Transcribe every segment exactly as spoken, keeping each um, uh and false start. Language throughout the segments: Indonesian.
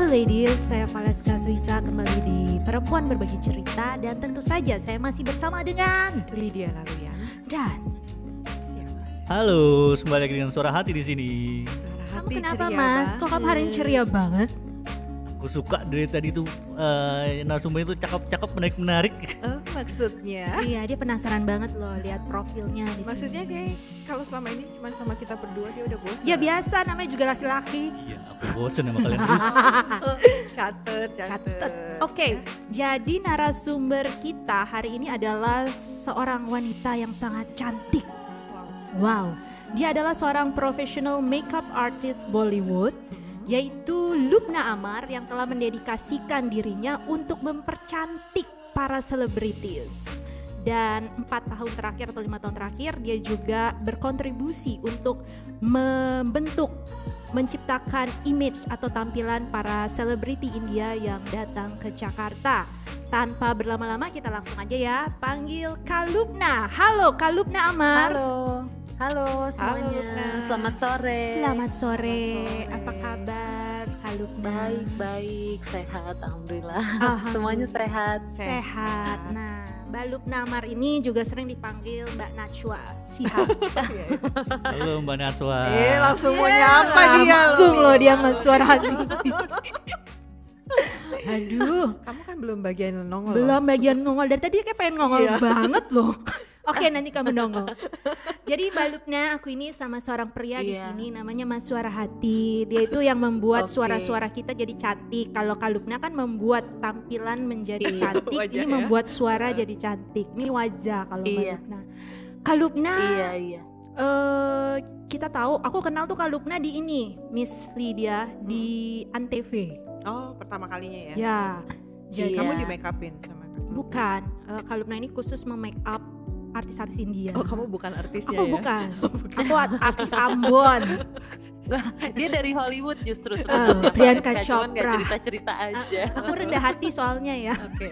Halo ladies, saya Valeska Suisa kembali di Perempuan Berbagi Cerita. Dan tentu saja saya masih bersama dengan Lydia Laluyan dan siapa? Halo, kembali lagi dengan Suara Hati di sini. Suara Kamu hati kenapa ceria mas? Kok kamu hari ini banget. ceria banget? Aku suka dari tadi tuh uh, narasumber itu cakep-cakep, menarik-menarik. Oh, maksudnya? Iya, dia penasaran banget loh lihat profilnya di Maksudnya sini. kayak kalau selama ini cuma sama kita berdua dia udah bosan. Ya biasa, namanya juga laki-laki. Iya, aku bosen sama kalian terus. Catet, catet. Catet. Oke, jadi narasumber kita hari ini adalah seorang wanita yang sangat cantik. Wow, dia adalah seorang professional makeup artist Bollywood, yaitu Lubna Amar yang telah mendedikasikan dirinya untuk mempercantik para selebritis. Dan empat tahun terakhir atau lima tahun terakhir dia juga berkontribusi untuk membentuk, menciptakan image atau tampilan para selebriti India yang datang ke Jakarta. Tanpa berlama-lama kita langsung aja ya panggil Kak Lubna. Halo Kak Lubna Amar. Halo, halo semuanya. Lubna. Selamat sore. Selamat sore. Selamat sore. Apa kabar Kak Lubna? Baik, baik, sehat, alhamdulillah. Alhamdulillah. Semuanya sehat. Sehat. Nah, Mbak Lubna Amar ini juga sering dipanggil Mbak Najwa Shihab. Halo Mbak Najwa. Eh, langsung mau nyapa dia. Langsung loh dia mas suara hati. Aduh, Kamu kan belum bagian nongol. belum bagian nongol. Dari tadi dia kayak pengen nongol Iya. banget loh. Oke, nanti kamu nongol. Jadi Mbak Lubna, aku ini sama seorang pria di Iya. sini namanya Mas Suara Hati. Dia itu yang membuat Oke. suara-suara kita jadi cantik. Kalau Kak Lubna kan membuat tampilan menjadi Iya. cantik, Wajah ini ya. membuat suara jadi cantik. Ini wajah kalau Mbak Iya. Lubna. Kak Lubna, Iya, iya. eh kita tahu, aku kenal tuh Kak Lubna di ini, Miss Lydia di Antv. Oh, pertama kalinya ya. Ya, jadi Iya. Kamu di make upin sama Kak? bukan. Eh, Kak Lubna ini khusus memake up artis-artis India. Oh, kamu bukan artisnya Aku ya? bukan. Aku art- artis Ambon. Dia dari Hollywood justru Oh, sebenarnya. Priyanka Valeska, cuman nggak Chopra. cerita-cerita aja. Aku rendah hati soalnya ya. Oke.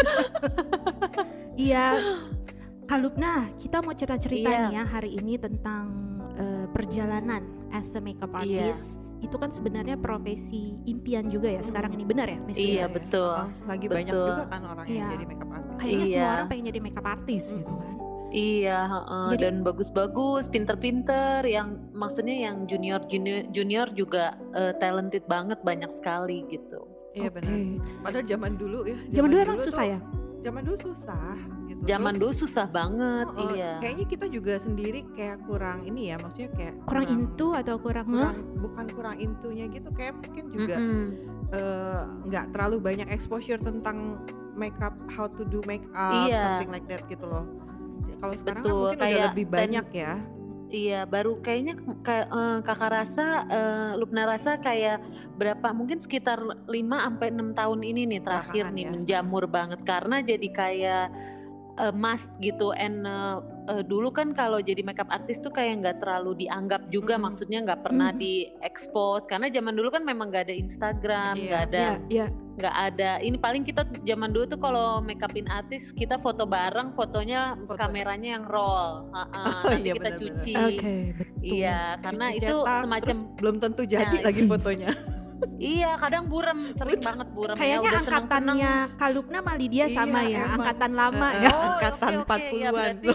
Iya. Kak Lubna, kita mau cerita-cerita Iya. nih ya hari ini tentang eh, perjalanan as a makeup Iya. artist. Itu kan sebenarnya profesi impian juga ya sekarang ini, benar ya Miss Lydia? Iya, betul. Oh, lagi banyak Betul. juga kan orang yang Iya. jadi make up artist. Kayaknya semua Iya. orang pengen jadi makeup artist gitu kan. Iya, heeh. Jadi- Dan bagus-bagus, pinter-pinter, yang maksudnya yang junior junior junior juga eh, talented banget, banyak sekali gitu. Iya Oke. benar. Padahal zaman dulu ya. Zaman dulu emang susah tuh- ya? Zaman dulu susah gitu. Zaman Terus, dulu susah banget, oh, oh, iya. Kayaknya kita juga sendiri kayak kurang ini ya, maksudnya kayak Kurang into atau kurang, kurang bukan kurang intunya gitu, kayak mungkin juga Mm-mm. eh, nggak terlalu banyak exposure tentang makeup, how to do makeup, Iya. something like that gitu loh. Ya, kalau sekarang kan Betul, mungkin udah kayak lebih ten- banyak ya. Iya, baru kayaknya kayak eh, kakak rasa, eh, Lubna rasa kayak berapa, mungkin sekitar lima sampai enam tahun ini nih terakhir Belakangan nih ya. menjamur banget karena jadi kayak eh, must gitu. And eh, eh, dulu kan kalau jadi makeup artist tuh kayak nggak terlalu dianggap juga, Mm-mm. maksudnya nggak pernah Mm. di-expose karena zaman dulu kan memang nggak ada Instagram, Iya. nggak ada Iya, iya. nggak ada ini, paling kita zaman dulu tuh kalau makeupin artis kita foto bareng, fotonya Foto. kameranya yang roll. Ha-ha, Oh, nanti iya, kita benar-benar. cuci. Oke, betul. Iya, karena Cuci itu cetak, semacam terus belum tentu jadi Nah, lagi fotonya. iya, kadang buram, sering banget buram. Kayaknya ya, udah seneng-seneng. angkatannya Kak Lubna sama Lydia sama Iya, ya, emang. angkatan lama Eh, ya. Oh, angkatan oke, oke, empat ya puluhan. berarti.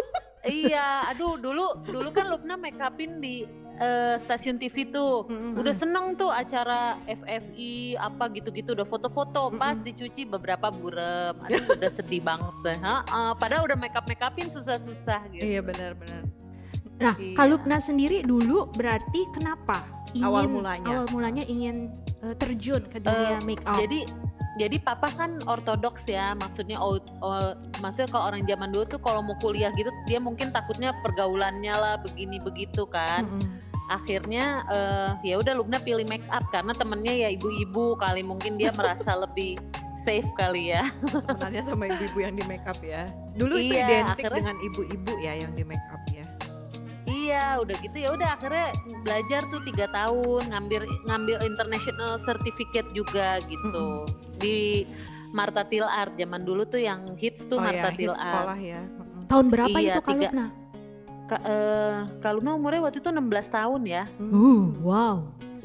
Iya, aduh dulu dulu kan Lubna make upin di eh, stasiun T V tuh. Mm-mm. Udah seneng tuh acara F F I apa gitu-gitu, udah foto-foto, pas Mm-mm. dicuci beberapa burem. Aduh udah sedih banget deh. Ha-ha, padahal udah make up make upin susah-susah gitu. Iya benar-benar. Nah, Iya. Kak Lubna sendiri dulu berarti kenapa ingin Awal mulanya. awal mulanya ingin eh, terjun ke dunia Eh, make up? Jadi jadi papa kan ortodoks ya, maksudnya oh, oh, maksudnya kalau orang zaman dulu tuh kalau mau kuliah gitu dia mungkin takutnya pergaulannya lah begini begitu kan. Mm-mm. Akhirnya eh, ya udah Lubna pilih make up karena temennya ya ibu-ibu kali, mungkin dia merasa lebih safe kali ya. Temenannya sama ibu-ibu yang di make up ya. Dulu itu Iya, identik akhirnya- dengan ibu-ibu ya yang di make up ya. Iya, udah gitu ya udah akhirnya belajar tuh tiga tahun, ngambil ngambil international certificate juga gitu di Marta Til Art. Zaman dulu tuh yang hits tuh Oh Marta ya, Til hits Art. sekolah ya. Mm-mm. Tahun berapa iya, itu Kak tiga- Lubna? Ka, eh, Kak Luna umurnya waktu itu enam belas tahun ya. Uh, wow.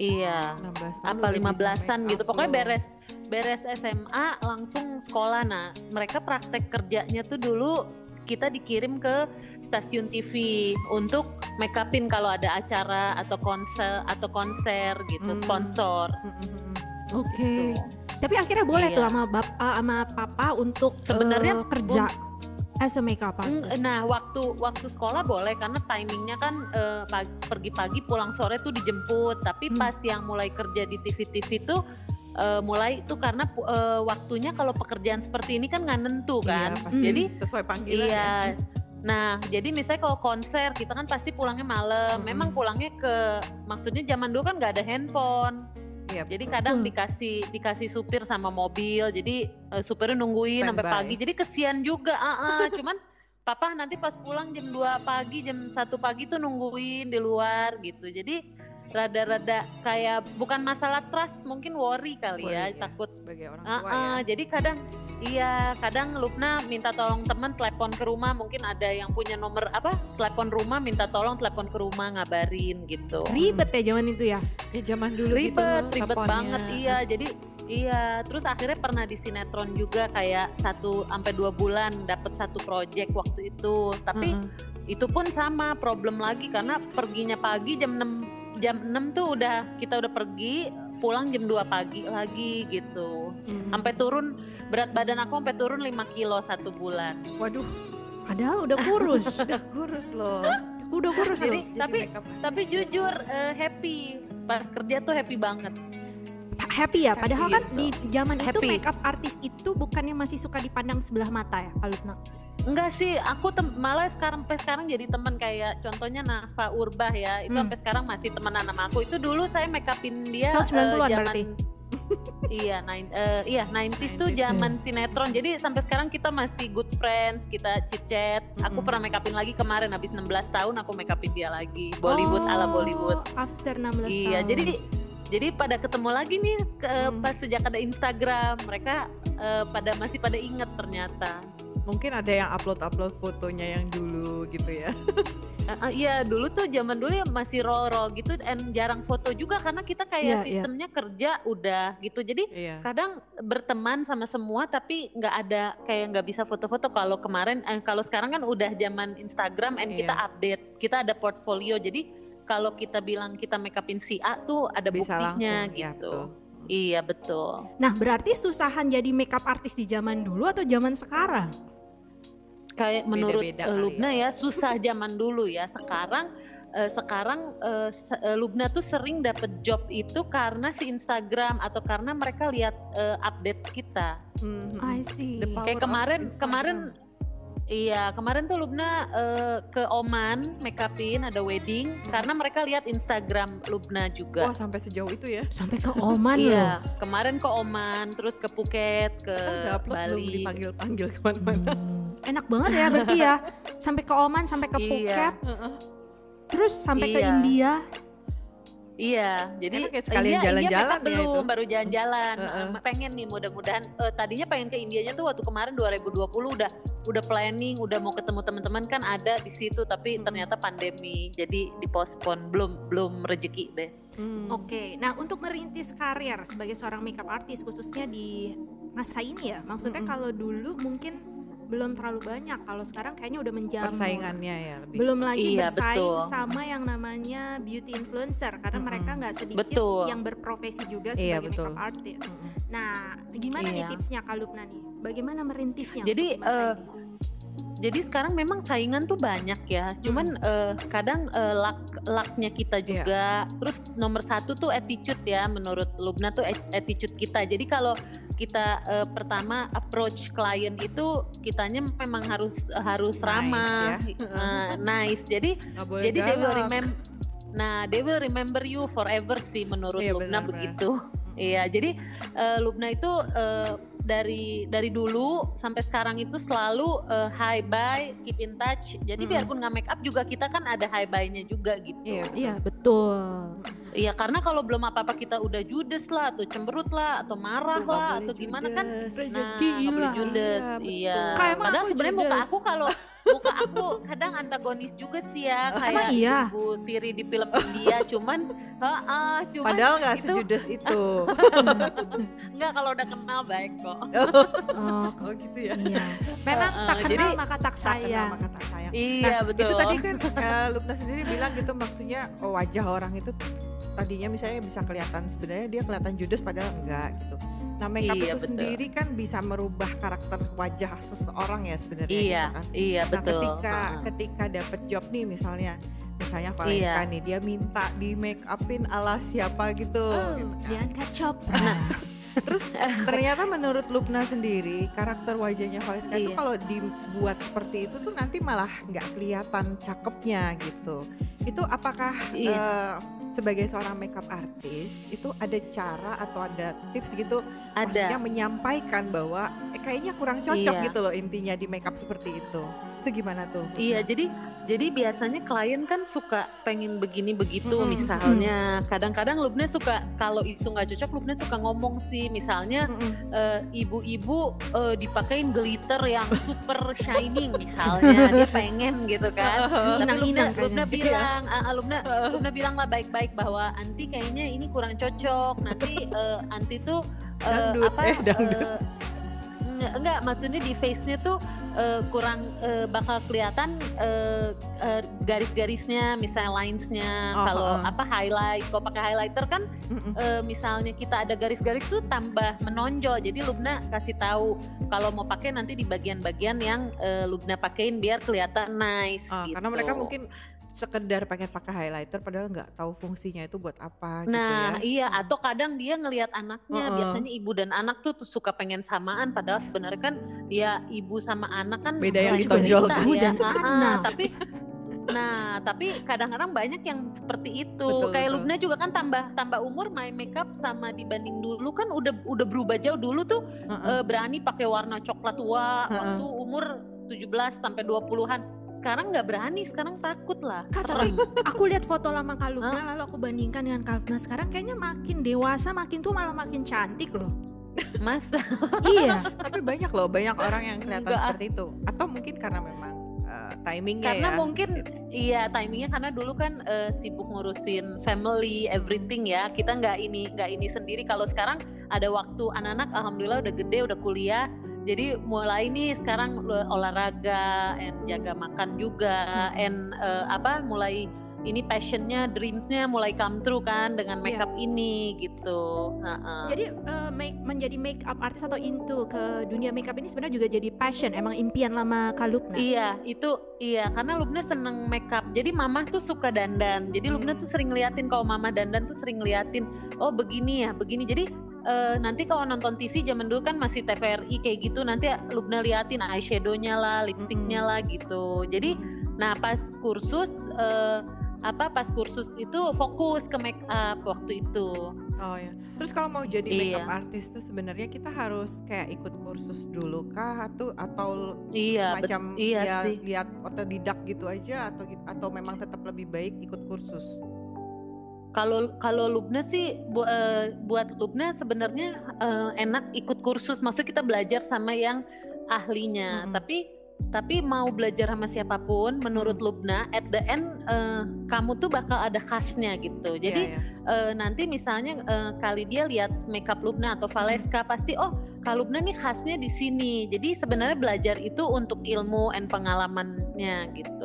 Iya. enam belas tahun Apa udah lima bisa belasan make gitu. up Pokoknya loh. beres beres S M A langsung sekolah. Nah, mereka praktek kerjanya tuh dulu kita dikirim ke stasiun T V untuk make upin kalau ada acara atau konser atau konser gitu, Hmm. sponsor. Mm, mm, mm. Oke. Gitu. Tapi akhirnya boleh Iya. tuh sama bapak sama papa untuk Sebenarnya eh, kerja as a makeup Mm, artist. Nah, waktu waktu sekolah boleh karena timingnya kan eh, pagi, pergi pagi pulang sore tuh dijemput. Tapi Hmm. pas yang mulai kerja di T V T V tuh eh, mulai itu karena pu- eh, waktunya kalau pekerjaan seperti ini kan nggak nentu kan. Iya, pasti Jadi sesuai panggilan iya. ya. Nah, jadi misalnya kalau konser kita kan pasti pulangnya malam. Mm-mm. Memang pulangnya ke maksudnya zaman dulu kan nggak ada handphone. Iya, Jadi betul. kadang Betul. dikasih dikasih supir sama mobil. Jadi eh, supirnya nungguin sampai Standby. pagi. Jadi kesian juga. ah, ah. Cuman papa nanti pas pulang jam dua pagi, jam satu pagi tuh nungguin di luar gitu. Jadi rada-rada kayak bukan masalah trust, mungkin worry kali Worry, ya, ya. takut. sebagai orang Ah, tua ah. ya. Jadi kadang iya, kadang Lubna minta tolong teman telepon ke rumah, mungkin ada yang punya nomor apa? Telepon rumah minta tolong telepon ke rumah ngabarin gitu. Ribet ya zaman itu ya. Ya zaman dulu gitu Ribet, loh, ribet teleponnya. banget iya. Jadi iya, terus akhirnya pernah di sinetron juga kayak satu sampai dua bulan dapat satu project waktu itu. Tapi Heeh. itu pun sama problem lagi karena perginya pagi jam enam jam enam tuh udah kita udah pergi, pulang jam dua pagi lagi gitu. Hmm. Sampai turun berat badan aku sampai turun lima kilo satu bulan. Waduh, Padahal udah kurus. udah kurus loh. Udah kurus Jadi, loh. tapi- makeup artist. Tapi jujur eh, happy pas kerja tuh happy banget. Happy ya. Padahal Happy kan gitu. di zaman itu Happy. makeup artist itu bukannya masih suka dipandang sebelah mata ya, Kak Lutna? Enggak sih, aku tem- malah sekarang sampai sekarang jadi teman kayak contohnya Nafa Urbah ya, itu Hmm. sampai sekarang masih temenan sama aku. Itu dulu saya make upin dia Tahun sembilan puluhan eh, berarti? iya, nine, eh, iya sembilan puluhan tuh nineties. zaman sinetron. Jadi sampai sekarang kita masih good friends, kita chit-chat. Aku Mm-mm. pernah make upin lagi kemarin habis enam belas tahun aku make upin dia lagi. Bollywood ala Oh, Bollywood. After enam belas Iya, tahun. jadi jadi pada ketemu lagi nih ke, Hmm. pas sejak ada Instagram, mereka eh, pada masih pada inget ternyata. Mungkin ada yang upload-upload fotonya yang dulu gitu ya. Eh, eh, iya dulu tuh zaman dulu ya masih roll-roll gitu dan jarang foto juga karena kita Iya, kayak iya. sistemnya kerja udah gitu. Jadi Iya. kadang berteman sama semua tapi nggak ada kayak nggak bisa foto-foto. Kalau kemarin eh, kalau sekarang kan udah zaman Instagram and kita Iya. update, kita ada portfolio. Jadi kalau kita bilang kita make upin si A tuh ada Bisa buktinya langsung, ya, gitu. betul. Iya betul. Nah, berarti susahan jadi makeup artist di zaman dulu atau zaman sekarang? Kayak menurut Beda-beda eh, kali Lubna ya susah zaman dulu ya. Sekarang eh, sekarang eh, se- eh, Lubna tuh sering dapet job itu karena si Instagram atau karena mereka lihat eh, update kita. Mhm. I see. The power Kayak of kemarin Instagram. kemarin iya kemarin tuh Lubna eh, ke Oman make upin ada wedding karena mereka lihat Instagram Lubna Wah, juga. sampai sejauh itu ya. Sampai ke Oman loh. Iya kemarin ke Oman terus ke Phuket ke Kita udah upload belum Bali. dipanggil-panggil kemana-mana. Hmm, enak banget ya berarti ya. Sampai ke Oman, sampai ke Iya. Phuket, Heeh. terus sampai ke Iya. India. Iya, jadi Enak ya sekalian India- India jalan-jalan makeup ya belum, itu. baru jalan-jalan. Heeh. Eh, pengen nih mudah-mudahan. eh, tadinya pengen ke Indianya tuh waktu kemarin dua ribu dua puluh udah udah planning, udah mau ketemu teman-teman kan ada di situ, tapi Mm-mm. ternyata pandemi, jadi dipospon, belum belum rezeki deh. Hmm. Oke, nah untuk merintis karir sebagai seorang makeup artist khususnya di masa ini ya, maksudnya Mm-mm. kalau dulu mungkin belum terlalu banyak, kalau sekarang kayaknya udah menjamur. Persaingannya ya lebih. Belum lagi Iya, bersaing betul. sama yang namanya beauty influencer karena Mm-mm. mereka nggak sedikit Betul. yang berprofesi juga Iya, sebagai betul. makeup artist. Mm-mm. Nah, gimana nih Iya. tipsnya Kak Lupna nih? Bagaimana merintisnya? Jadi, untuk di masa eh, ini? Jadi sekarang memang saingan tuh banyak ya, cuman eh, kadang eh, luck lucknya kita juga. Terus nomor satu tuh attitude ya, menurut Lubna tuh at- attitude kita. Jadi kalau kita eh, pertama approach klien itu kitanya memang harus harus Nice, ramah, ya. eh, nice. Jadi Nggak boleh jadi they will galak. remember. Nah, they will remember you forever sih menurut Iya, Lubna benar-benar. begitu. Iya, jadi eh, Lubna itu eh, dari dari dulu sampai sekarang itu selalu eh, hi bye, keep in touch. Jadi Mm-mm. biarpun nggak make up juga kita kan ada hi bye-nya juga gitu. Iya, Iya, betul. Iya, karena kalau belum apa-apa kita udah judes lah, atau cemberut lah, atau marah Nggak lah, boleh atau gimana kan? judes. Nah, Rezeki nggak boleh hilang. judes. Iya, Iya. betul. Kayak emang Padahal aku sebenarnya muka judes. aku kalau muka aku kadang antagonis juga sih ya, Emang kayak iya? ibu tiri di film India, cuman heeh, cuman Padahal nggak itu sejudes itu. enggak, kalau udah kenal baik kok. Oh, Oh gitu ya. iya. Memang Heeh, tak kenal jadi- maka tak Tak kenal sayang. maka tak sayang. Iya betul. Itu tadi kan eh, Lupna sendiri bilang gitu, maksudnya oh, wajah orang itu tadinya misalnya bisa kelihatan sebenarnya dia kelihatan judes padahal enggak gitu. Nah makeup Iya, itu betul. sendiri kan bisa merubah karakter wajah seseorang ya sebenarnya Iya, gitu kan. iya Nah betul. ketika Heeh. ketika dapat job nih misalnya misalnya Valeska Iya. nih dia minta di make upin ala siapa gitu. Oh, gitu. Priyanka Chopra. Terus ternyata menurut Lupna sendiri karakter wajahnya Valeska itu Iya. kalau dibuat seperti itu tuh nanti malah nggak kelihatan cakepnya gitu. Itu apakah Iya. eh, sebagai seorang makeup artist itu ada cara atau ada tips gitu maksudnya Ada. menyampaikan bahwa eh, kayaknya kurang cocok Iya. gitu loh intinya di makeup seperti itu. Itu gimana tuh? Iya, Lupna? jadi jadi biasanya klien kan suka pengen begini begitu, Mm-mm, misalnya kadang-kadang Lubna suka kalau itu nggak cocok, Lubna suka ngomong sih, misalnya Mm-mm. eh, ibu-ibu eh, dipakein glitter yang super shining misalnya, dia pengen gitu kan. Tapi Lubna, Inang-inang Lubna kayaknya. bilang, ah, ah, Lubna, Lubna bilang lah baik-baik bahwa Anti kayaknya ini kurang cocok. Nanti eh, Anti tuh eh, Dangdut, apa? eh, dangdut. eh, enggak, enggak, maksudnya di face-nya tuh eh, kurang eh, bakal kelihatan eh, eh, garis-garisnya, misalnya lines-nya. Oh, Kalau oh. apa highlight, kalau pakai highlighter kan Mm-mm. eh, misalnya kita ada garis-garis tuh tambah menonjol. Jadi Lubna kasih tahu kalau mau pakai nanti di bagian-bagian yang eh, Lubna pakein biar kelihatan nice Ah, gitu. karena mereka mungkin sekedar pengen pakai highlighter padahal nggak tahu fungsinya itu buat apa Nah, gitu ya. iya, atau kadang dia ngelihat anaknya, Heeh. biasanya ibu dan anak tuh, tuh suka pengen samaan, padahal sebenarnya kan ya ibu sama anak kan Beda yang bukan ditonjolkan. cerita Ibu ya. dan Ah, ah, anak. tapi nah, tapi kadang-kadang banyak yang seperti itu. Betul, Kayak betul. Lubna juga kan tambah tambah umur, my makeup sama dibanding dulu kan udah udah berubah jauh. Dulu tuh Heeh. eh, berani pakai warna coklat tua Heeh. waktu umur tujuh belas sampai dua puluhan. Sekarang nggak berani, sekarang takut lah. Kak, tapi Serem. aku lihat foto lama Kak Lupna lalu aku bandingkan dengan Kak Lupna sekarang, kayaknya makin dewasa makin tuh malah makin cantik loh. Mas, Iya. Tapi banyak loh, banyak orang yang kelihatan Enggak ah. seperti itu. Atau mungkin karena memang eh, timingnya karena ya. mungkin iya timingnya, karena dulu kan eh, sibuk ngurusin family everything ya, kita nggak ini nggak ini sendiri. Kalau sekarang ada waktu, anak-anak alhamdulillah udah gede, udah kuliah, jadi mulai nih sekarang eh, olahraga and jaga makan juga Hmm. and eh, apa mulai ini passionnya, dreamsnya mulai come true kan dengan Iya. makeup ini gitu. Heeh. Jadi eh, make, menjadi makeup artist atau into ke dunia makeup ini sebenarnya juga jadi passion, emang impian lama Kak Lupna. Iya, itu iya, karena Lubna seneng makeup. Jadi mamah tuh suka dandan. Jadi Lubna Hmm. tuh sering liatin, kalau mama dandan tuh sering liatin, oh begini ya, begini. Jadi eh, nanti kalau nonton T V zaman dulu kan masih T V R I kayak gitu, nanti Lubna liatin eyeshadow-nya lah, lipsticknya lah gitu. Jadi nah pas kursus eh, apa pas kursus itu fokus ke make up waktu itu. Oh ya. Terus kalau mau jadi Iya. makeup artist tuh sebenarnya kita harus kayak ikut kursus dulu kah atau atau Iya, bet- macam iya ya sih. lihat otodidak gitu aja atau git- atau memang tetap lebih baik ikut kursus? Kalau kalau Lubna sih bu- eh, buat Lubna sebenarnya eh, enak ikut kursus, maksud kita belajar sama yang ahlinya. Mm-mm. Tapi tapi mau belajar sama siapapun, menurut Mm. Lubna at the end eh, kamu tuh bakal ada khasnya gitu. Jadi Iya, iya. eh, nanti misalnya eh, kali dia lihat makeup Lubna atau Valeska pasti oh kalau Lubna nih khasnya di sini. Jadi sebenarnya belajar itu untuk ilmu and pengalamannya gitu.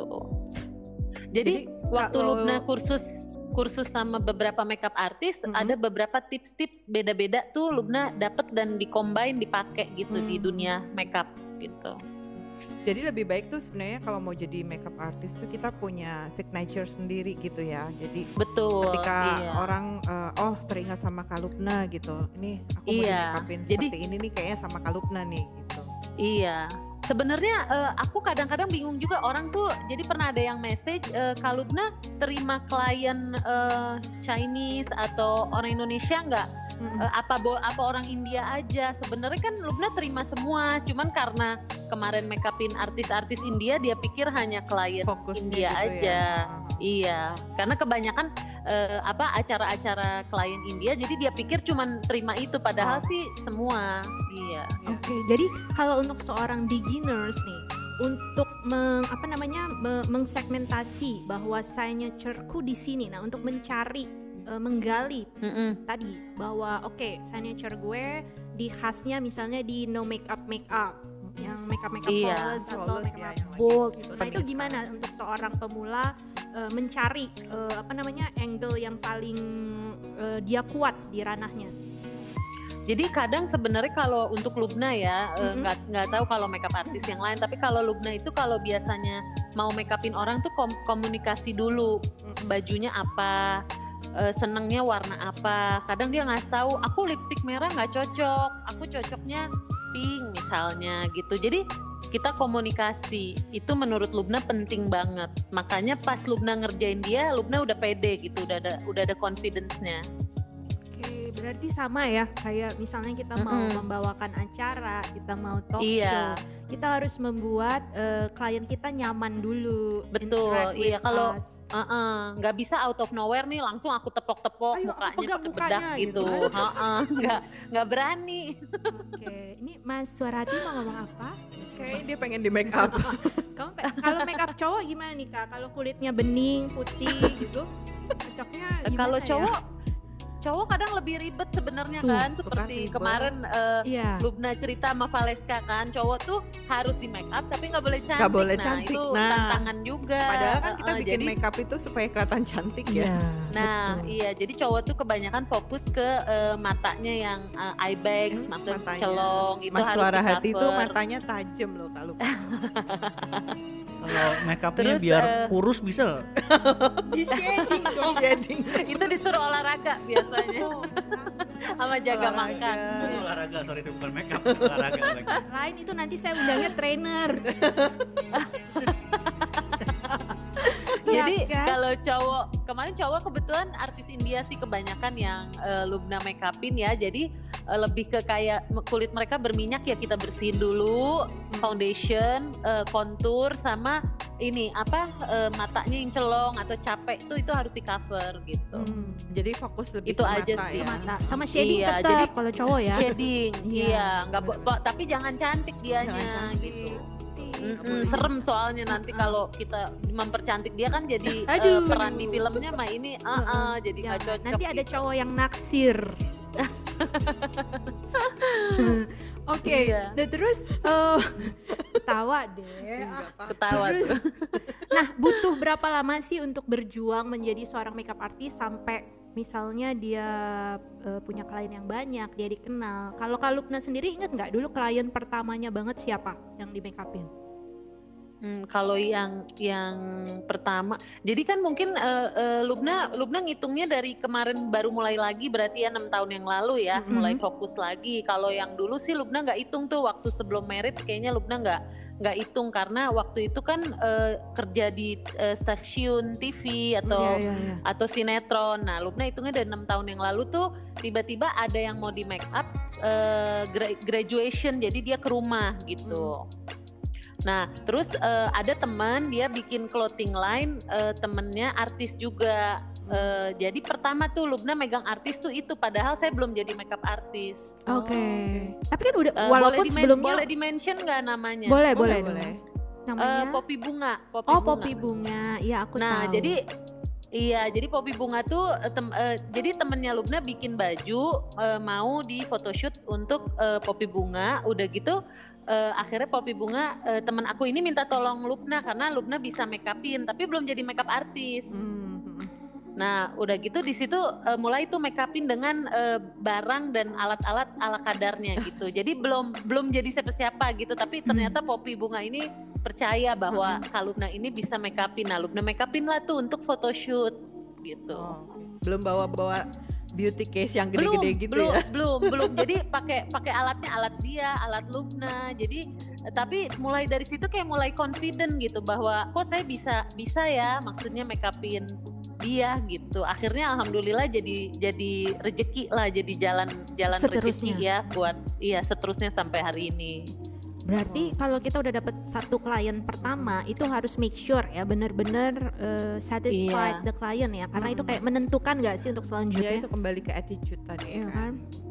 Jadi, Jadi, waktu kalau- Lubna kursus kursus sama beberapa makeup artist, Mhm. ada beberapa tips-tips beda-beda tuh Lubna dapet dan dicombine dipakai gitu di Hmm. dunia makeup gitu. Jadi lebih baik tuh sebenarnya kalau mau jadi makeup artist tuh kita punya signature sendiri gitu ya. Jadi Betul. ketika iya. orang eh, oh teringat sama Kak Lupna gitu, ini aku mau Iya, di makeupin jadi- seperti ini nih kayaknya sama Kak Lupna nih gitu. Iya. Sebenarnya eh, aku kadang-kadang bingung juga orang tuh. Jadi pernah ada yang message eh, Kak Lubna terima klien eh, Chinese atau orang Indonesia nggak? Mm-mm. Eh, apa bo- apa orang India aja? Sebenarnya kan Lubna terima semua. Cuman karena kemarin makeupin artis-artis India, dia pikir hanya klien Fokusnya India gitu aja. ya. Iya. Karena kebanyakan eh, apa acara-acara klien India, jadi dia pikir cuman terima itu. Padahal Oh. sih semua. Iya. Iya. Oke, jadi kalau untuk seorang beginners nih, untuk meng, apa namanya me, mengsegmentasi bahwa signature-ku di sini. Nah, untuk mencari uh, menggali Mm-mm. tadi bahwa oke, okay, signature gue di khasnya misalnya di no makeup makeup, yang makeup makeup Iya. flawless atau Flawless, makeup ya, yang bold lagi gitu. Nah, itu hits gimana untuk seorang pemula uh, mencari uh, apa namanya angle yang paling uh, dia kuat di ranahnya? Jadi kadang sebenarnya kalau untuk Lubna ya eh, Mm-mm. nggak nggak tahu kalau makeup artis yang lain, tapi kalau Lubna itu kalau biasanya mau makeupin orang tuh kom- komunikasi dulu Mm-mm. bajunya apa, eh, senengnya warna apa. Kadang dia ngasih tahu aku lipstick merah nggak cocok, aku cocoknya pink misalnya gitu. Jadi kita komunikasi itu menurut Lubna penting banget. Makanya pas Lubna ngerjain dia, Lubna udah pede gitu, udah ada udah ada confidence-nya. Oke, berarti sama ya kayak misalnya kita mau Mm-mm. membawakan acara, kita mau talk Iya. show, kita harus membuat eh, klien kita nyaman dulu. Betul, interact with iya, kalau- us. Heeh, nggak bisa out of nowhere nih langsung aku tepok-tepok Ayo, aku mukanya pegang pakai mukanya bedak gitu. gitu. Heeh, nggak nggak berani. Oke, ini Mas Suarati mau ngomong apa? Kayaknya dia pengen di make up. Kamu pe- kalau make up cowok gimana nih Kak? Kalau kulitnya bening, putih gitu, cocoknya Eh, gimana Kalau ya? cowok cowok kadang lebih ribet sebenarnya Tuh, kan, bukan seperti ribet. kemarin eh, Iya. Lubna cerita sama Valeska kan, cowok tuh harus di make up tapi nggak boleh cantik. Nggak boleh nah, cantik. itu Nah, tantangan juga. Padahal kan kita Heeh, bikin jadi, make up itu supaya kelihatan cantik ya. Iya. Nah, betul. iya, jadi cowok tuh kebanyakan fokus ke eh, matanya yang eh, eye bags, Hmm, mata matanya. celong, itu Mas harus Suara di Hati tuh cover. matanya tajam loh Kak Lupa. Kalau make upnya Terus, biar eh, kurus bisa. Di shading dong. Shading. Itu disuruh olahraga biasanya Oh, sama jaga Olahraga. makan. Itu olahraga, sorry itu bukan make up, olahraga lagi. lain itu nanti saya undangnya trainer. Iya Jadi kan? kalau cowok, kemarin cowok kebetulan artis India sih kebanyakan yang eh, Lubna make upin ya. Jadi eh, lebih ke kayak m- kulit mereka berminyak ya kita bersihin dulu, foundation, eh, contour sama ini apa eh, matanya yang celong atau capek tuh itu harus di cover gitu. Hmm, jadi fokus lebih Itu ke aja mata sih. ya. Mata sama shading Iya, tetap jadi- kalau cowok ya. Shading, Iya, iya, nggak bo- bo- tapi jangan cantik dianya Jangan cantik. gitu. Nggak Mm-mm, boleh. serem soalnya nanti kalau kita mempercantik dia kan jadi eh, Aduh. peran di filmnya mah ini uh, uh, jadi nggak Jangan. cocok. Nanti ada gitu. cowok yang naksir. Oke, Iya. dan terus eh ketawa deh. Nggak apa. Ketawa Terus, tuh. nah butuh berapa lama sih untuk berjuang menjadi seorang makeup artist sampai misalnya dia eh, punya klien yang banyak, dia dikenal. Kalau Kak Lubna sendiri ingat nggak dulu klien pertamanya banget siapa yang di make upin? Hmm, kalau yang yang pertama, jadi kan mungkin eh, eh, Lubna Lubna ngitungnya dari kemarin baru mulai lagi berarti ya enam tahun yang lalu ya Mhm. mulai fokus lagi. Kalau yang dulu sih Lubna nggak hitung tuh waktu sebelum merit kayaknya Lubna nggak nggak hitung karena waktu itu kan eh, kerja di eh, stasiun T V atau Iya, iya, iya. atau sinetron. Nah, Lubna hitungnya dari enam tahun yang lalu tuh tiba-tiba ada yang mau di make up eh, gra- graduation jadi dia ke rumah gitu. Nah, terus eh, ada teman dia bikin clothing line, eh, temennya artis juga. Eh, jadi pertama tuh Lubna megang artis tuh itu, padahal saya belum jadi makeup artis. Oke. Tapi kan udah Eh, walaupun boleh di sebelumnya boleh di mention nggak namanya? boleh, Boleh, boleh, boleh. dong. Eh, Namanya Poppy Bunga. Poppy Oh, Bunga. Poppy Bunga. Iya, aku Nah, tahu. jadi iya, jadi Poppy Bunga tuh eh, tem- eh, jadi temennya Lubna bikin baju eh, mau di photoshoot untuk eh, Poppy Bunga, udah gitu eh, akhirnya Poppy Bunga eh, temen aku ini minta tolong Lubna karena Lubna bisa make upin tapi belum jadi makeup artis. Hmm. Nah, udah gitu di situ eh, mulai tuh make upin dengan eh, barang dan alat-alat ala kadarnya gitu. Jadi belum belum jadi siapa-siapa gitu, tapi ternyata Poppy Bunga ini percaya bahwa Kak Lubna ini bisa make upin. Nah, Lubna make upin lah tuh untuk photoshoot gitu. Oh, oke. Belum bawa-bawa beauty case yang belum, gede-gede gitu belum, ya. belum, belum. Jadi pakai pakai alatnya alat dia, alat Lubna. Jadi eh, tapi mulai dari situ kayak mulai confident gitu bahwa kok saya bisa bisa ya, maksudnya make upin dia gitu. Akhirnya alhamdulillah jadi jadi rezeki lah, jadi jalan jalan Seterusnya. rezeki ya buat iya seterusnya sampai hari ini. Berarti kalau kita udah dapet satu klien pertama itu harus make sure ya benar-benar uh, satisfied Iya. the client ya, karena itu Mm-mm. kayak menentukan nggak sih untuk Ya selanjutnya. itu kembali ke attitude tadi Iya kan. kan?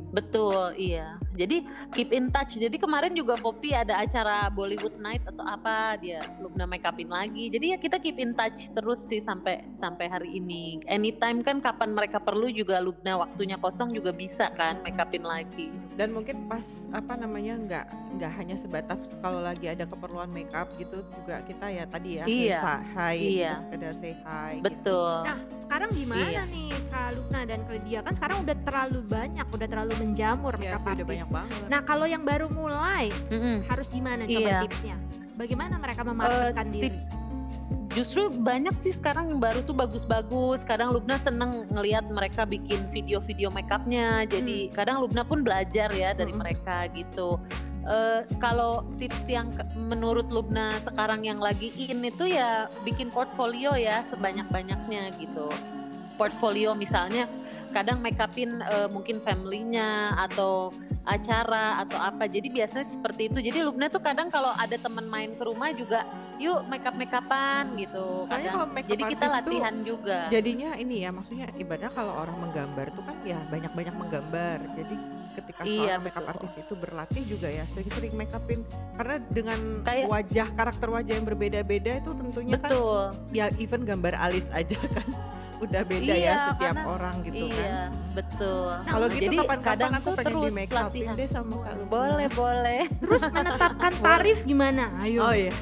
Betul, iya. Jadi keep in touch. Jadi kemarin juga Poppy ada acara Bollywood Night atau apa, dia Lubna make upin lagi. Jadi ya kita keep in touch terus sih sampai sampai hari ini. Anytime kan kapan mereka perlu juga Lubna waktunya kosong juga bisa kan make upin lagi. Dan mungkin pas apa namanya nggak nggak hanya sebatas kalau lagi ada keperluan make up gitu juga kita ya tadi ya Iya, bisa hi iya. gitu, sekedar say hi gitu. Betul. Nah, sekarang gimana Iya. nih Kak Lubna dan Kak Lydia? Kan sekarang udah terlalu banyak, udah terlalu menjamur Ya, makeup sih, udah artist. banyak banget. Nah, kalau yang baru mulai Mm-mm. harus gimana coba Iya. tipsnya? Bagaimana mereka Eh, memarketkan diri? tips justru banyak sih sekarang yang baru tuh bagus-bagus. Kadang Lubna seneng ngelihat mereka bikin video-video makeupnya. Jadi kadang Lubna pun belajar ya dari Mm-mm. mereka gitu. Eh, kalau tips yang ke- menurut Lubna sekarang yang lagi in itu ya bikin portfolio ya sebanyak-banyaknya gitu. Portfolio misalnya kadang makeupin eh, mungkin family-nya atau acara atau apa. Jadi biasanya seperti itu. Jadi Lubna tuh kadang kalau ada teman main ke rumah juga, yuk makeup makeupan gitu. Soalnya Kadang. kalau makeup Jadi kita artist tuh latihan juga. jadinya ini ya, maksudnya ibaratnya kalau orang menggambar tuh kan ya banyak-banyak menggambar. Jadi ketika Iya, seorang makeup betul. artist itu berlatih juga ya sering-sering make upin, karena dengan Kayak- wajah karakter wajah yang berbeda-beda itu tentunya kan Betul. ya even gambar alis aja kan udah beda Iya, ya setiap karena- orang gitu iya, kan. betul. Kalau Nah, gitu jadi kapan-kapan kadang aku tuh pengen di terus make upin latihan. deh sama Kak Lubna. Boleh, boleh. Terus menetapkan tarif gimana? Ayo. Oh iya.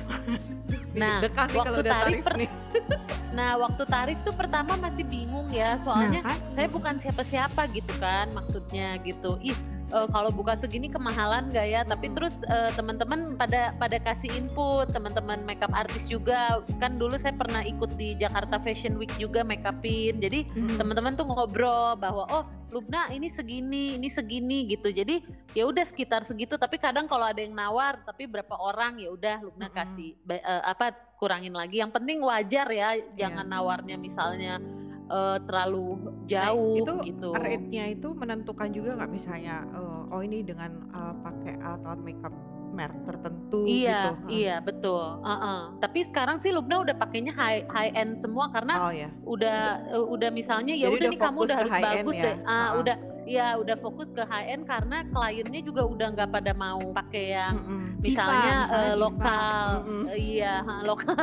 Nah, Dekat nih kalau waktu udah tarif tarif per- nih. Nah, waktu tarif tuh pertama masih bingung ya, Nah, soalnya kan? saya bukan siapa-siapa gitu kan, maksudnya gitu. Ih, eh, kalau buka segini kemahalan gak ya? Tapi Mm-mm. terus eh, teman-teman pada pada kasih input, teman-teman makeup artis juga. Kan dulu saya pernah ikut di Jakarta Fashion Week juga make upin. Jadi Hmm. teman-teman tuh ngobrol bahwa oh Lubna ini segini, ini segini gitu. Jadi ya udah sekitar segitu. Tapi kadang kalau ada yang nawar, tapi berapa orang ya udah Lubna Mm-mm. kasih ba- eh, apa kurangin lagi. Yang penting wajar ya, jangan Iya. nawarnya misalnya eh, terlalu jauh Nah, itu gitu. rate-nya itu menentukan juga nggak misalnya eh, oh ini dengan eh, pakai alat-alat makeup merek tertentu Iya, gitu. Heeh. iya betul. Uh-uh. Tapi sekarang sih Lubna udah pakainya high high end semua karena Oh ya. udah eh, udah misalnya ya Jadi udah udah nih kamu fokus udah ke harus high end bagus ya? deh. Ah, Heeh. udah ya udah fokus ke high end karena kliennya juga udah nggak pada mau pakai yang Mm-mm. misalnya, Diva, misalnya eh, Diva. lokal Mm-mm. eh, iya ha, lokal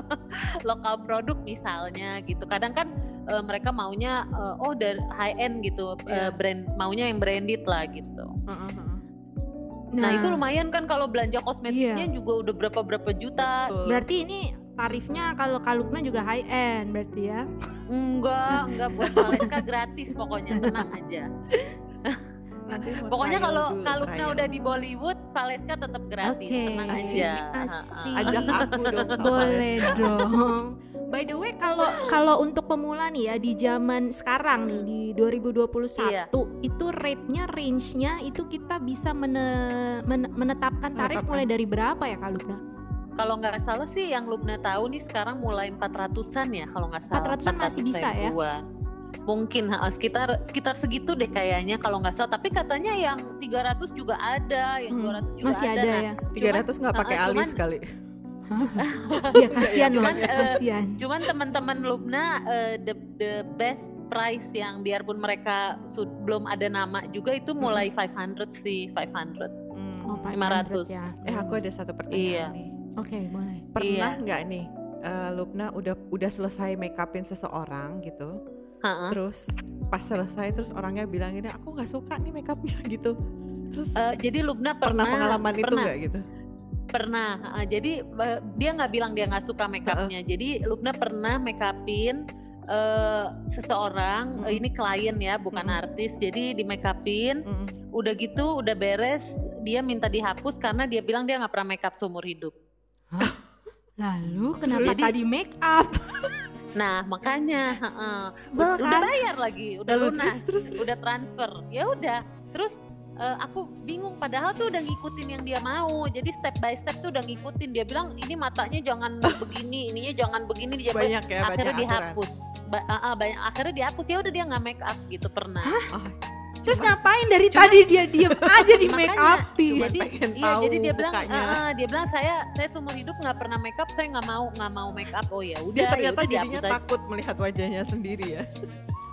lokal produk misalnya gitu. Kadang kan eh, mereka maunya eh, oh dari high end gitu, eh, Iya. brand maunya yang branded lah gitu. Heeh, heeh. Nah, itu lumayan kan kalau belanja kosmetiknya Iya. juga udah berapa-berapa juta. Betul. Berarti ini tarifnya kalau Kak Lubna juga high end berarti ya? Enggak, enggak buat Valeska gratis pokoknya, tenang aja. Nanti mau Pokoknya trial kalau dulu, Kalupna trial. udah di Bollywood, Valeska tetap gratis, Oke, tenang asik, aja. asik. Ha-ha. Ajak aku dong Kak Boleh Valeska. dong. By the way, kalau kalau untuk pemula nih ya di zaman sekarang nih di dua ribu dua puluh satu Iya. itu rate-nya, range-nya itu kita bisa mene- men- menetapkan tarif Menetapkan. mulai dari berapa ya Kak Lubna? Kalau nggak salah sih yang Lubna tahu nih sekarang mulai empat ratusan ya kalau nggak salah. empat ratusan masih bisa ya? ribuan. Mungkin ha, sekitar sekitar segitu deh kayaknya kalau nggak salah. Tapi katanya yang tiga ratus juga ada, yang Hmm, dua ratus juga Masih ada Nah, ya? tiga ratus nggak pakai uh, alis cuman- kali. Ya kasihan loh, Cuman, eh, kasihan. Cuman teman-teman Lubna eh, the the best price yang biarpun mereka sud- belum ada nama juga itu mulai lima ratus sih, lima ratus. Hmm. Oh, lima ratus. ya. Eh aku ada satu pertanyaan Iya. nih. Oke, boleh. Pernah Iya. nggak nih eh, Lubna udah udah selesai make upin seseorang gitu, Ha-ha. terus pas selesai terus orangnya bilang ini aku nggak suka nih make upnya gitu. Terus Eh, jadi Lubna pernah, pernah pengalaman itu pernah, nggak gitu? pernah. Eh, jadi eh, dia nggak bilang dia nggak suka make upnya. Jadi Lubna pernah make upin eh, seseorang, Mm-mm. eh, ini klien ya, bukan Mm-mm. artis. Jadi di make upin, Mm-mm. udah gitu, udah beres, dia minta dihapus karena dia bilang dia nggak pernah make up seumur hidup. Lalu kenapa Jadi- tadi make up? Nah makanya, heeh. Sebel udah kan? bayar lagi, udah Lalu lunas, terus- udah transfer, ya udah. Terus eh, aku bingung, padahal tuh udah ngikutin yang dia mau. Jadi step by step tuh udah ngikutin. Dia bilang ini matanya jangan begini, ininya jangan begini. Dia Banyak ya, akhirnya banyak aturan. dihapus. Ba- ah, ah, banyak akhirnya dihapus, ya udah dia nggak make up gitu pernah. Oh, Terus cuma- ngapain dari Cuma- tadi dia diem aja di Makanya, make upin? cuma Jadi pengen iya, tahu jadi dia bilang, mukanya. "Ah, ah," dia bilang saya saya seumur hidup nggak pernah make up, saya nggak mau nggak mau make up. Oh ya Dia udah, ya ternyata udah jadinya dihapus aja. takut melihat wajahnya sendiri ya.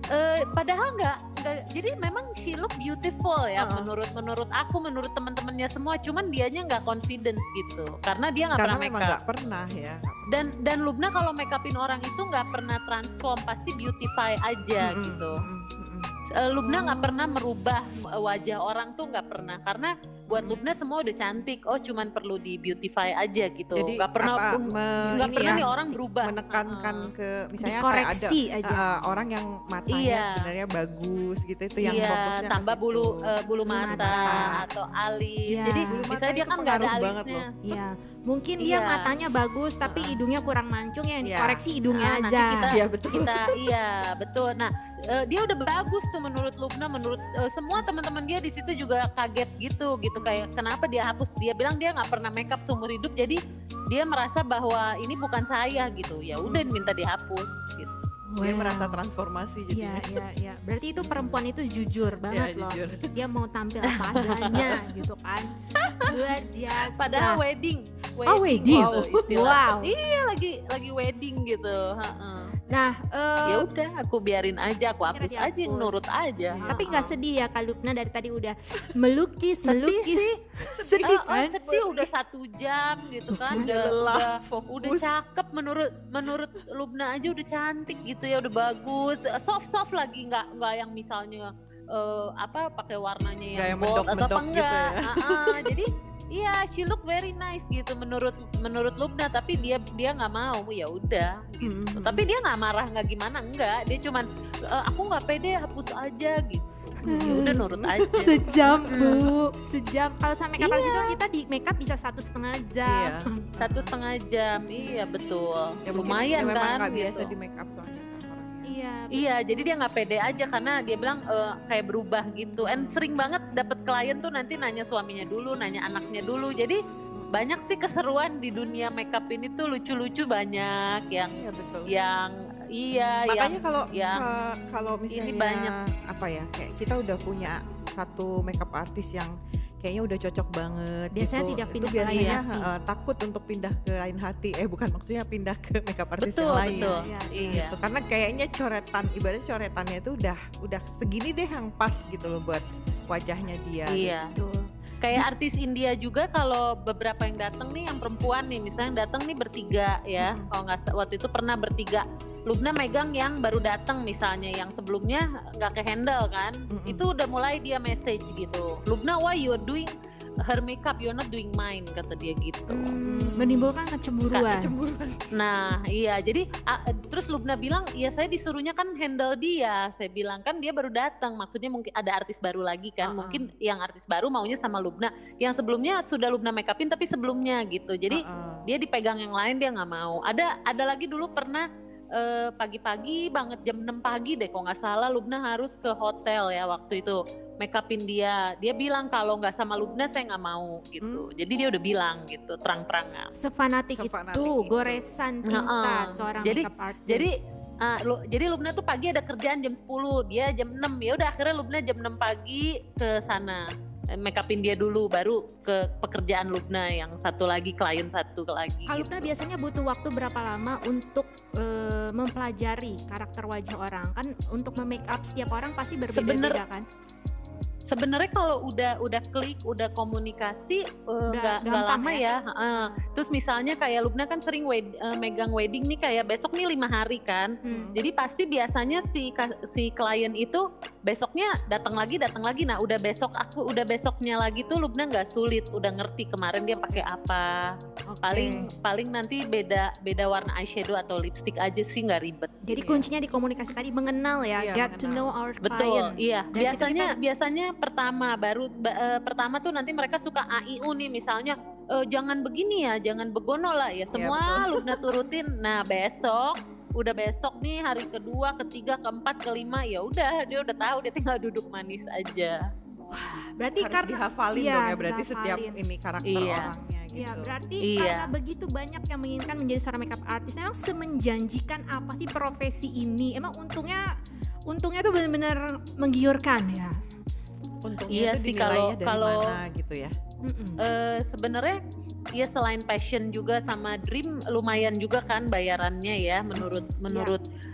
Eh, padahal nggak, nggak. Jadi memang she look beautiful ya, Uh-uh. menurut menurut aku, menurut teman-temannya semua. Cuman dianya nggak confidence gitu, karena dia nggak Karena pernah memang make up. nggak pernah ya. Dan dan Lubna kalau make upin orang itu nggak pernah transform, pasti beautify aja Mm-mm, gitu. mm-mm, mm-mm. Eh, Lubna nggak Oh. pernah merubah eh, wajah orang tuh, nggak pernah, karena buat Lubna semua udah cantik. Oh, cuman perlu di beautify aja gitu. Jadi Nggak pernah apa, pun- me- nggak ini pernah ya, nih orang berubah. menekankan Uh-uh. ke misalnya kayak ada Dikoreksi aja. uh, orang yang matanya Iya. sebenarnya bagus gitu, itu yang Iya, fokusnya ke tambah situ. bulu eh, bulu Bulu mata, mata. atau alis. Iya. Jadi Bulu mata misalnya dia itu kan nggak ada pengaruh banget alisnya. Iya, mungkin dia Iya. matanya bagus tapi Uh-uh. hidungnya kurang mancung, ya yang Iya. dikoreksi hidungnya Ah, nanti aja. kita- Iya betul. Kita iya betul. Nah eh, dia udah bagus tuh menurut Lubna, menurut eh, semua teman-teman dia di situ juga kaget gitu gitu kayak kenapa dia hapus. Dia bilang dia nggak pernah makeup seumur hidup, jadi dia merasa bahwa ini bukan saya gitu. Ya udah minta dihapus gitu. Dia Wow. merasa transformasi Iya, jadinya. iya, iya. Berarti itu perempuan itu jujur banget loh. jujur. Dia mau tampil apa adanya gitu kan. Luar biasa. Padahal wedding, Oh, wedding. gitu istilah. Wow. Iya lagi lagi wedding gitu. Ha-ha. Nah, eh, Ya udah aku biarin aja, aku hapus Akhirnya aja, dihapus. nurut aja. Iya. tapi nggak sedih ya Kak Lubna, dari tadi udah melukis, Sedih melukis. sih. Sedih Eh, eh, kan? sedih udah satu jam gitu kan, Udah udah lelah, udah, fokus. udah cakep menurut menurut Lubna aja udah cantik gitu ya, udah bagus, soft soft lagi, nggak nggak yang misalnya eh, apa pakai warnanya Nggak yang yang bold atau apa mendok-mendok gitu enggak. ya. Ah, ah, jadi iya she look very nice gitu menurut menurut Lubna, tapi dia dia nggak mau, ya udah gitu. Mm-mm. Tapi dia nggak marah nggak gimana, enggak, dia cuman "Eh, aku nggak pede, hapus aja gitu. Ya udah nurut aja. Sejam Mm. bu, sejam. Kalau sama makeup artist Iya. itu kita di makeup bisa satu setengah jam. Satu setengah jam, iya betul. Ya, mungkin Lumayan ya memang kan nggak biasa gitu. di make up soalnya kan orangnya. Iya. Iya, jadi dia nggak pede aja karena dia bilang eh, kayak berubah gitu. And sering banget dapet klien tuh nanti nanya suaminya dulu, nanya anaknya dulu. Jadi banyak sih keseruan di dunia makeup ini tuh, lucu-lucu banyak yang Iya betul. yang iya Makanya yang kalau yang ka- kalau misalnya ini banyak. apa ya, kayak kita udah punya satu makeup artist yang kayaknya udah cocok banget Biasanya gitu. tidak Itu pindah ke lain biasanya hati. eh, takut untuk pindah ke lain hati. Eh bukan, maksudnya pindah ke makeup artist betul yang lain. betul. Iya, Iya. Gitu. Karena kayaknya coretan, ibaratnya coretannya itu udah udah segini deh yang pas gitu loh buat wajahnya dia. Iya. Betul. Kayak artis India juga, kalau beberapa yang datang nih, yang perempuan nih, misalnya datang nih bertiga ya, Mm-mm. kalau nggak sa- waktu itu pernah bertiga, Lubna megang yang baru datang misalnya, yang sebelumnya nggak ke handle kan, Mm-mm. itu udah mulai dia message gitu, Lubna why you are doing her makeup, you're not doing mine, kata dia gitu. Hmm, menimbulkan kecemburuan. Kecemburuan. Nah iya, jadi ah, eh, terus Lubna bilang, ya saya disuruhnya kan handle dia. Saya bilang kan dia baru datang, maksudnya mungkin ada artis baru lagi kan, Uh-uh. mungkin yang artis baru maunya sama Lubna, yang sebelumnya sudah Lubna make upin tapi sebelumnya gitu. Jadi Uh-uh. dia dipegang yang lain, dia nggak mau. Ada ada lagi dulu pernah eh, pagi-pagi banget, jam enam pagi deh kalau nggak salah, Lubna harus ke hotel ya waktu itu, make upin dia. Dia bilang kalau nggak sama Lubna saya nggak mau gitu. Jadi dia udah bilang gitu terang-terangan. Sefanatik, Sefanatik itu itu. goresan cinta Heeh. seorang Jadi- makeup artist. jadi Ah, lu, jadi Lubna tuh pagi ada kerjaan jam sepuluh, dia jam enam. Ya udah akhirnya Lubna jam enam pagi ke sana, eh, make upin dia dulu, baru ke pekerjaan Lubna yang satu lagi, klien satu lagi. Kalau gitu. Lubna biasanya butuh waktu berapa lama untuk eh, mempelajari karakter wajah orang? Kan untuk memake up setiap orang pasti berbeda-beda Sebener- kan? Sebenarnya kalau udah udah klik, udah komunikasi, eh, Udah nggak nggak gampang lama ya? ya. Heeh. Terus misalnya kayak Lubna kan sering wed- eh, megang wedding nih, kayak besok nih lima hari kan. Hmm. Jadi pasti biasanya si ka- si klien itu besoknya datang lagi datang lagi. Nah udah besok aku udah besoknya lagi tuh Lubna nggak sulit, udah ngerti kemarin dia pakai apa. Oke. Paling paling nanti beda beda warna eyeshadow atau lipstick aja sih, nggak ribet. Jadi Iya. kuncinya di komunikasi tadi, mengenal ya, Iya, get to mengenal. know our Betul, client. iya. Dari situ Biasanya kita- biasanya pertama baru ba- eh, pertama tuh nanti mereka suka A I U nih, misalnya "Eh, jangan begini ya, jangan begono lah ya." Semua Lubna turutin. Nah besok udah besok nih hari kedua, ketiga, keempat, kelima, ya udah dia udah tahu, dia tinggal duduk manis aja. Berarti Harus karena dihafalin iya, dong ya, berarti setiap dihafalin. ini karakter Iya. orangnya gitu. ya berarti Iya. karena begitu banyak yang menginginkan menjadi seorang makeup artist, memang semenjanjikan apa sih profesi ini? Emang untungnya untungnya tuh benar-benar menggiurkan ya. Untungnya Iya itu sih, dinilainya kalau- dari kalau- mana gitu ya. Mm-mm. Eh, sebenarnya ya selain passion juga sama dream, lumayan juga kan bayarannya ya, menurut menurut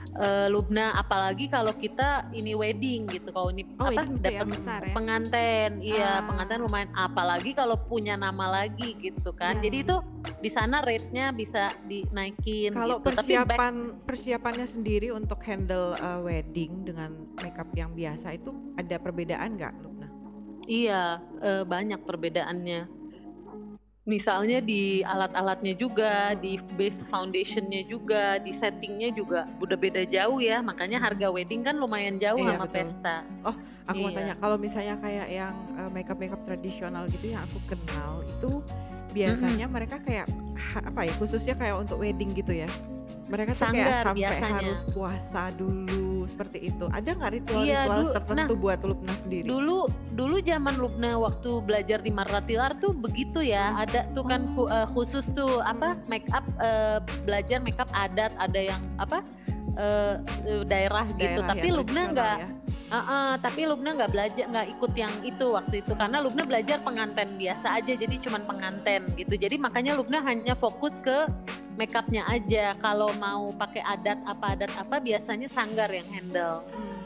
uh, Lubna, apalagi kalau kita ini wedding gitu, kalau ini Oh, apa wedding tuh yang dapat besar ya? penganten, iya Ah. penganten lumayan, apalagi kalau punya nama lagi gitu kan. Iya Jadi sih. itu di sana rate-nya bisa dinaikin Kalau gitu. Tapi back- persiapan persiapannya sendiri untuk handle uh, wedding dengan makeup yang biasa itu ada perbedaan nggak, Lubna? iya eh, banyak perbedaannya. Misalnya di alat-alatnya juga, di base foundationnya juga, di settingnya juga udah beda jauh ya. Makanya harga wedding kan lumayan jauh Iya, sama betul. pesta. Aku mau Iya. tanya, kalau misalnya kayak yang uh, makeup-makeup tradisional gitu yang aku kenal itu biasanya mereka kayak ha- apa ya, khususnya kayak untuk wedding gitu ya. Mereka tuh kayak Sanggar sampai biasanya. harus puasa dulu seperti itu. Ada nggak ritual-ritual Iya, dulu- tertentu buat Lubna sendiri? Dulu dulu zaman Lubna waktu belajar di Marratilar tuh begitu ya. Ada tuh kan Oh. khu- eh, khusus tuh apa make up eh, belajar make up adat, ada yang apa eh, eh, daerah gitu. Daerah Tapi yang Lubna tradisional nggak ya. Uh-uh, tapi Lubna nggak belajar, nggak ikut yang itu waktu itu karena Lubna belajar pengantin biasa aja, jadi cuman pengantin gitu. Jadi makanya Lubna hanya fokus ke makeupnya aja. Kalau mau pakai adat apa adat apa biasanya Sanggar yang handle.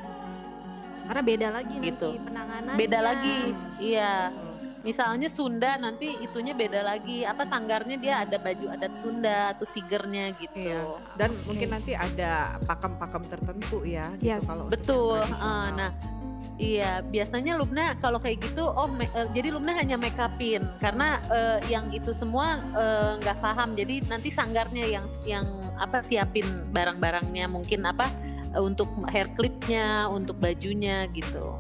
Karena beda lagi Gitu. nanti penanganannya. Beda lagi, iya. Misalnya Sunda nanti itunya beda lagi. Apa Sanggarnya dia ada baju adat Sunda atau sigernya gitu. Iya. Dan Oke. mungkin nanti ada pakem-pakem tertentu ya gitu Yes. kalau untuk Betul. yang uh, tradisional. nah, iya biasanya Lubna kalau kayak gitu, oh me- eh, jadi Lubna hanya make upin karena eh, yang itu semua eh, nggak paham. Jadi nanti Sanggarnya yang yang apa siapin barang-barangnya, mungkin apa eh, untuk hair clipnya, untuk bajunya gitu.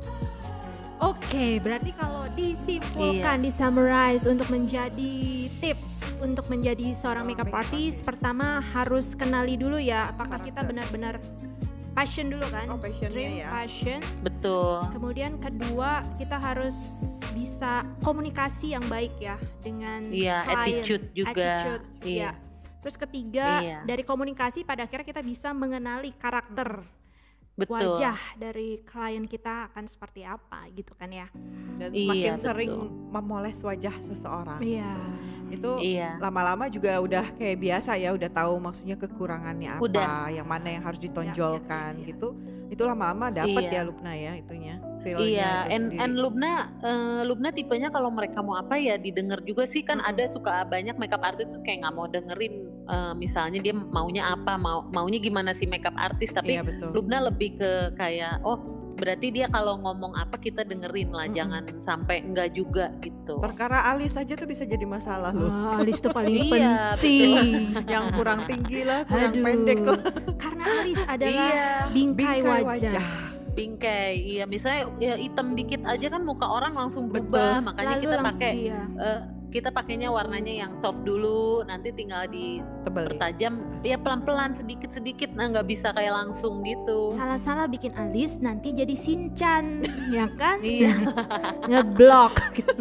Oke, berarti kalau disimpulkan, Iya. disummarize untuk menjadi tips untuk menjadi seorang Seorang makeup makeup artist, artist. pertama harus kenali dulu ya apakah kita Karakter. benar-benar passion dulu kan, Oh, passionnya dream ya. passion. Betul. Kemudian kedua kita harus bisa komunikasi yang baik ya dengan Iya, klien. attitude juga. Attitude, Iya. ya. Terus ketiga Iya. dari komunikasi pada akhirnya kita bisa mengenali karakter Betul. wajah dari klien kita akan seperti apa gitu kan ya. Dan Iya, semakin betul. sering memoles wajah seseorang Iya. itu Iya. lama-lama juga udah kayak biasa ya, udah tahu maksudnya kekurangannya apa, Udah. yang mana yang harus ditonjolkan Ya, ya, ya. gitu. Itu lama-lama dapat Iya. ya Lubna ya itunya. feel-nya Iya, itu and, sendiri. and Lubna, eh, Lubna tipenya kalau mereka mau apa ya didengar juga sih kan. Mm-mm. Ada suka banyak makeup artist kayak nggak mau dengerin, eh, misalnya dia maunya apa, mau maunya gimana sih makeup artist, tapi Iya betul. Lubna lebih ke kayak oh berarti dia kalau ngomong apa kita dengerin lah, Mm-mm. jangan sampai enggak juga gitu. Perkara alis aja tuh bisa jadi masalah loh. Wah, alis tuh paling Iya, penting. Yang kurang tinggi lah, kurang Aduh. pendek lah. Karena alis adalah Iya, bingkai, Bingkai wajah. wajah. bingkai. Iya, misalnya ya, hitam dikit aja kan muka orang langsung berubah, Betul. makanya Lalu kita langsung pakai iya. eh, kita pakainya warnanya yang soft dulu, nanti tinggal di Tebal ya. pertajam ya pelan-pelan sedikit-sedikit, nah nggak bisa kayak langsung gitu. Salah-salah bikin alis nanti jadi sinchan, ya kan? Iya. Ngeblok. gitu.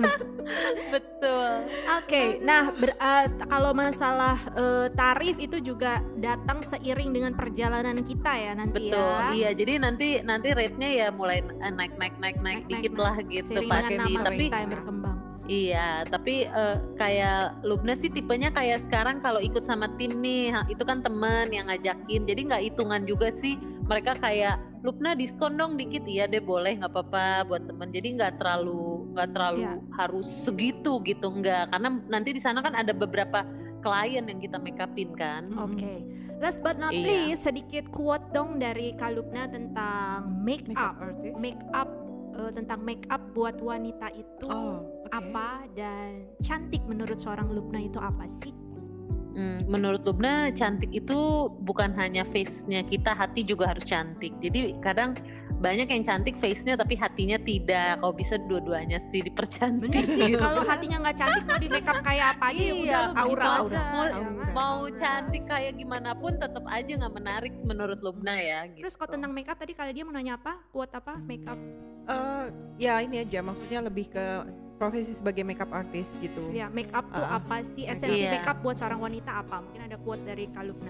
Betul. Oke, nah ber- eh, kalau masalah eh, tarif itu juga datang seiring dengan perjalanan kita ya nanti Betul. ya. Iya, jadi nanti nanti rate-nya ya mulai eh, naik naik naik naik Naik, dikit naik, lah gitu Seiring Pak dengan Di. nama Tapi kita yang berkembang. iya, tapi eh, kayak Lubna sih tipenya kayak sekarang kalau ikut sama tim nih, ha, itu kan temen yang ngajakin, jadi nggak hitungan juga sih. Mereka kayak Lubna diskon dong dikit, iya deh boleh nggak apa-apa buat temen. Jadi nggak terlalu nggak terlalu Iya. harus segitu gitu, nggak. Karena nanti di sana kan ada beberapa klien yang kita make upin kan. Oke, last but not Iya. least sedikit quote dong dari Kalubna tentang make Makeup up, artist. make up eh, tentang make up buat wanita itu Oh, oke. apa dan cantik menurut seorang Lubna itu apa sih? Hmm, menurut Lubna cantik itu bukan hanya face-nya kita, hati juga harus cantik. Jadi kadang banyak yang cantik face-nya tapi hatinya tidak. Kalau bisa dua-duanya sih dipercantik. Bener sih, kalau hatinya nggak cantik mau di make up kayak apa aja ya Iya, udah lu begitu aura, aja, aura. Mau, ya kan? mau cantik kayak gimana pun tetap aja nggak menarik menurut Lubna ya. Gitu. Terus kalau tentang make up tadi kali dia mau nanya apa? Quote apa? Make up. Eh, ya ini aja maksudnya lebih ke profesi sebagai makeup artist gitu. Ya, make up tuh Ah, apa sih? Esensi Iya. make up buat seorang wanita apa? Mungkin ada quote dari Kalubna.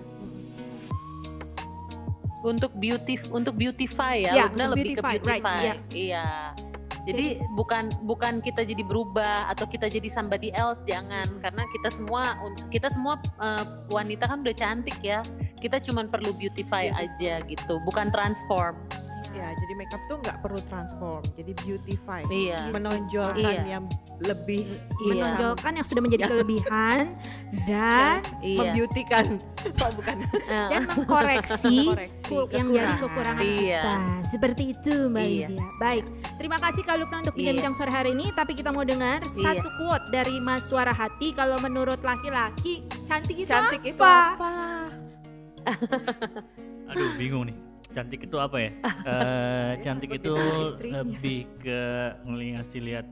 Untuk beauty, untuk beautify ya, Ya, Lubna untuk lebih beautify, ke beautify. right, iya. Iya. Jadi bukan bukan kita jadi berubah atau kita jadi somebody else, jangan, karena kita semua kita semua eh, wanita kan udah cantik ya. Kita cuman perlu beautify aja gitu, bukan transform. Ya, jadi makeup tuh nggak perlu transform, jadi beautify, Iya. menonjolkan Iya. yang lebih, Iya. menonjolkan yang sudah menjadi kelebihan dan Iya. membeautikan, oh bukan, Eh, dan mengkoreksi Koreksi ku- yang menjadi kekurangan. kekurangan Iya. kita. Seperti itu Mbak Iya. Lydia. Baik, terima kasih Kak Lupna untuk Iya. bincang-bincang sore hari ini. Tapi kita mau dengar Iya. satu quote dari Mas Suara Hati. Kalau menurut laki-laki, cantik itu Cantik apa? itu apa? Aduh, bingung nih. Cantik itu apa ya? Eh, cantik itu dengan istrinya. lebih ke ngasih lihat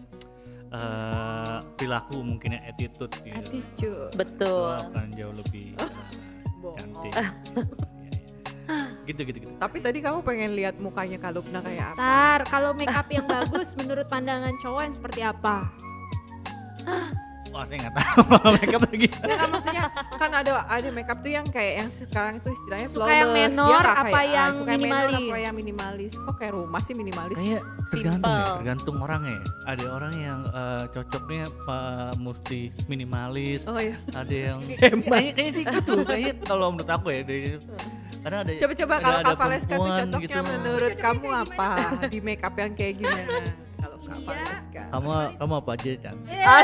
eh, perilaku mungkin ya, attitude gitu. Attitude. Itu betul. akan jauh lebih eh, cantik. Bohong. Gitu gitu gitu. Tapi tadi kamu pengen lihat mukanya Kak Lupna kayak apa? Ntar, kalau make up yang bagus menurut pandangan cowok yang seperti apa? Wah, saya nggak tahu mereka pergi. Nggak, kan maksudnya kan ada ada makeup tuh yang kayak yang sekarang itu istilahnya Suka yang flawless. menor Dia nggak apa kayak, ah, yang suka yang menor minimalis? apa yang minimalis? Kok kayak rumah sih minimalis? Kayak tergantung ya, Simple. tergantung orangnya ya. Ada orang yang eh, cocoknya uh, mesti minimalis, Oh ya. ada yang Hemat. kayaknya kayaknya sih gitu. Kayaknya kalau menurut aku ya dari karena ada Coba-coba ada- kalau ada Kak Valeska tuh perempuan cocoknya gitu. menurut Cocoknya kamu kayak apa? Di makeup yang kayak gimana? Kalau Kak Ini ya. Valeska. Kamu kamu apa aja cantik.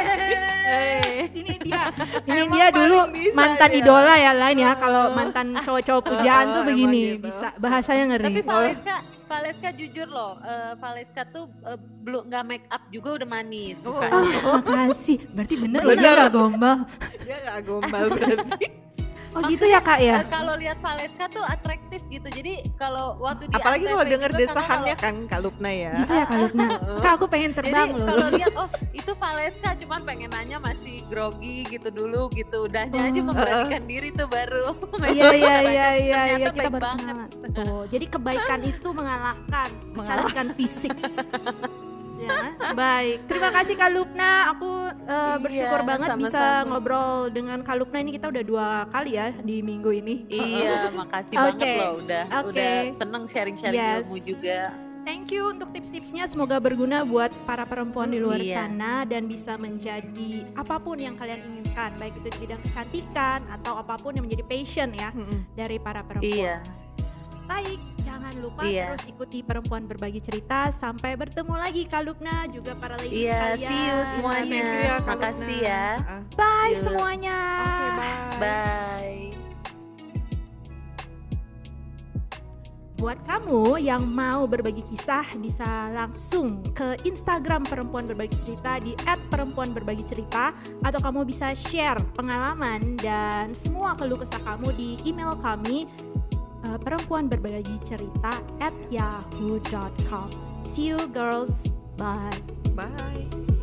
Eh. Ini dia, ini Emang dia dulu paling bisa mantan dia. idola ya lain ya. Kalau mantan cowok-cowok pujaan Oh, tuh emang begini, gitu. bisa bahasanya ngeri. Tapi Valeska, Valeska jujur loh, eh, Valeska tuh eh, belum nggak make up juga udah manis Oh. mukanya. Oh, makasih. Berarti bener loh Bener. dia gak gombal. Dia nggak gombal berarti. Oh gitu ya Kak ya? Eh, kalau lihat Valeska tuh atraktif gitu. Jadi kalau waktu di Apalagi Antv kalau denger juga, desahannya karena kan Kak Lupna ya. Gitu ya Kak Lupna. Kak aku pengen kalau- terbang jadi loh. kalau lihat oh itu Valeska, cuman pengen nanya masih grogi gitu dulu gitu. Udahnya aja Oh. memberanikan diri tuh baru. Iya iya iya iya Ternyata iya kita baik baru banget. kenalan. Oh, jadi kebaikan itu mengalahkan kecantikan fisik. Ya, baik. Terima kasih Kak Lupna. Aku eh, Iya, bersyukur banget bisa sama-sama. ngobrol dengan Kak Lupna. Ini kita udah dua kali ya di minggu ini. Iya, makasih Oke. banget loh udah Oke. udah seneng sharing-sharing Yes. ilmu juga. Thank you untuk tips-tipsnya. Semoga berguna buat para perempuan di luar Iya. sana dan bisa menjadi apapun yang kalian inginkan, baik itu di bidang kecantikan atau apapun yang menjadi passion ya Mm-mm. dari para perempuan. Iya. Baik, jangan lupa Iya. terus ikuti Perempuan Berbagi Cerita. Sampai bertemu lagi Kak Lupna, juga para ladies Iya, sekalian. see you semuanya. Thank you ya Kak Makasih Lupna. ya. Ah, Bye Yuk. semuanya. Oke, bye. Bye. Buat kamu yang mau berbagi kisah bisa langsung ke Instagram Perempuan Berbagi Cerita di et perempuan berbagi cerita, atau kamu bisa share pengalaman dan semua keluh kesah kamu di email kami uh, perempuan berbagi cerita at yahoo dot com. See you girls, bye. Bye.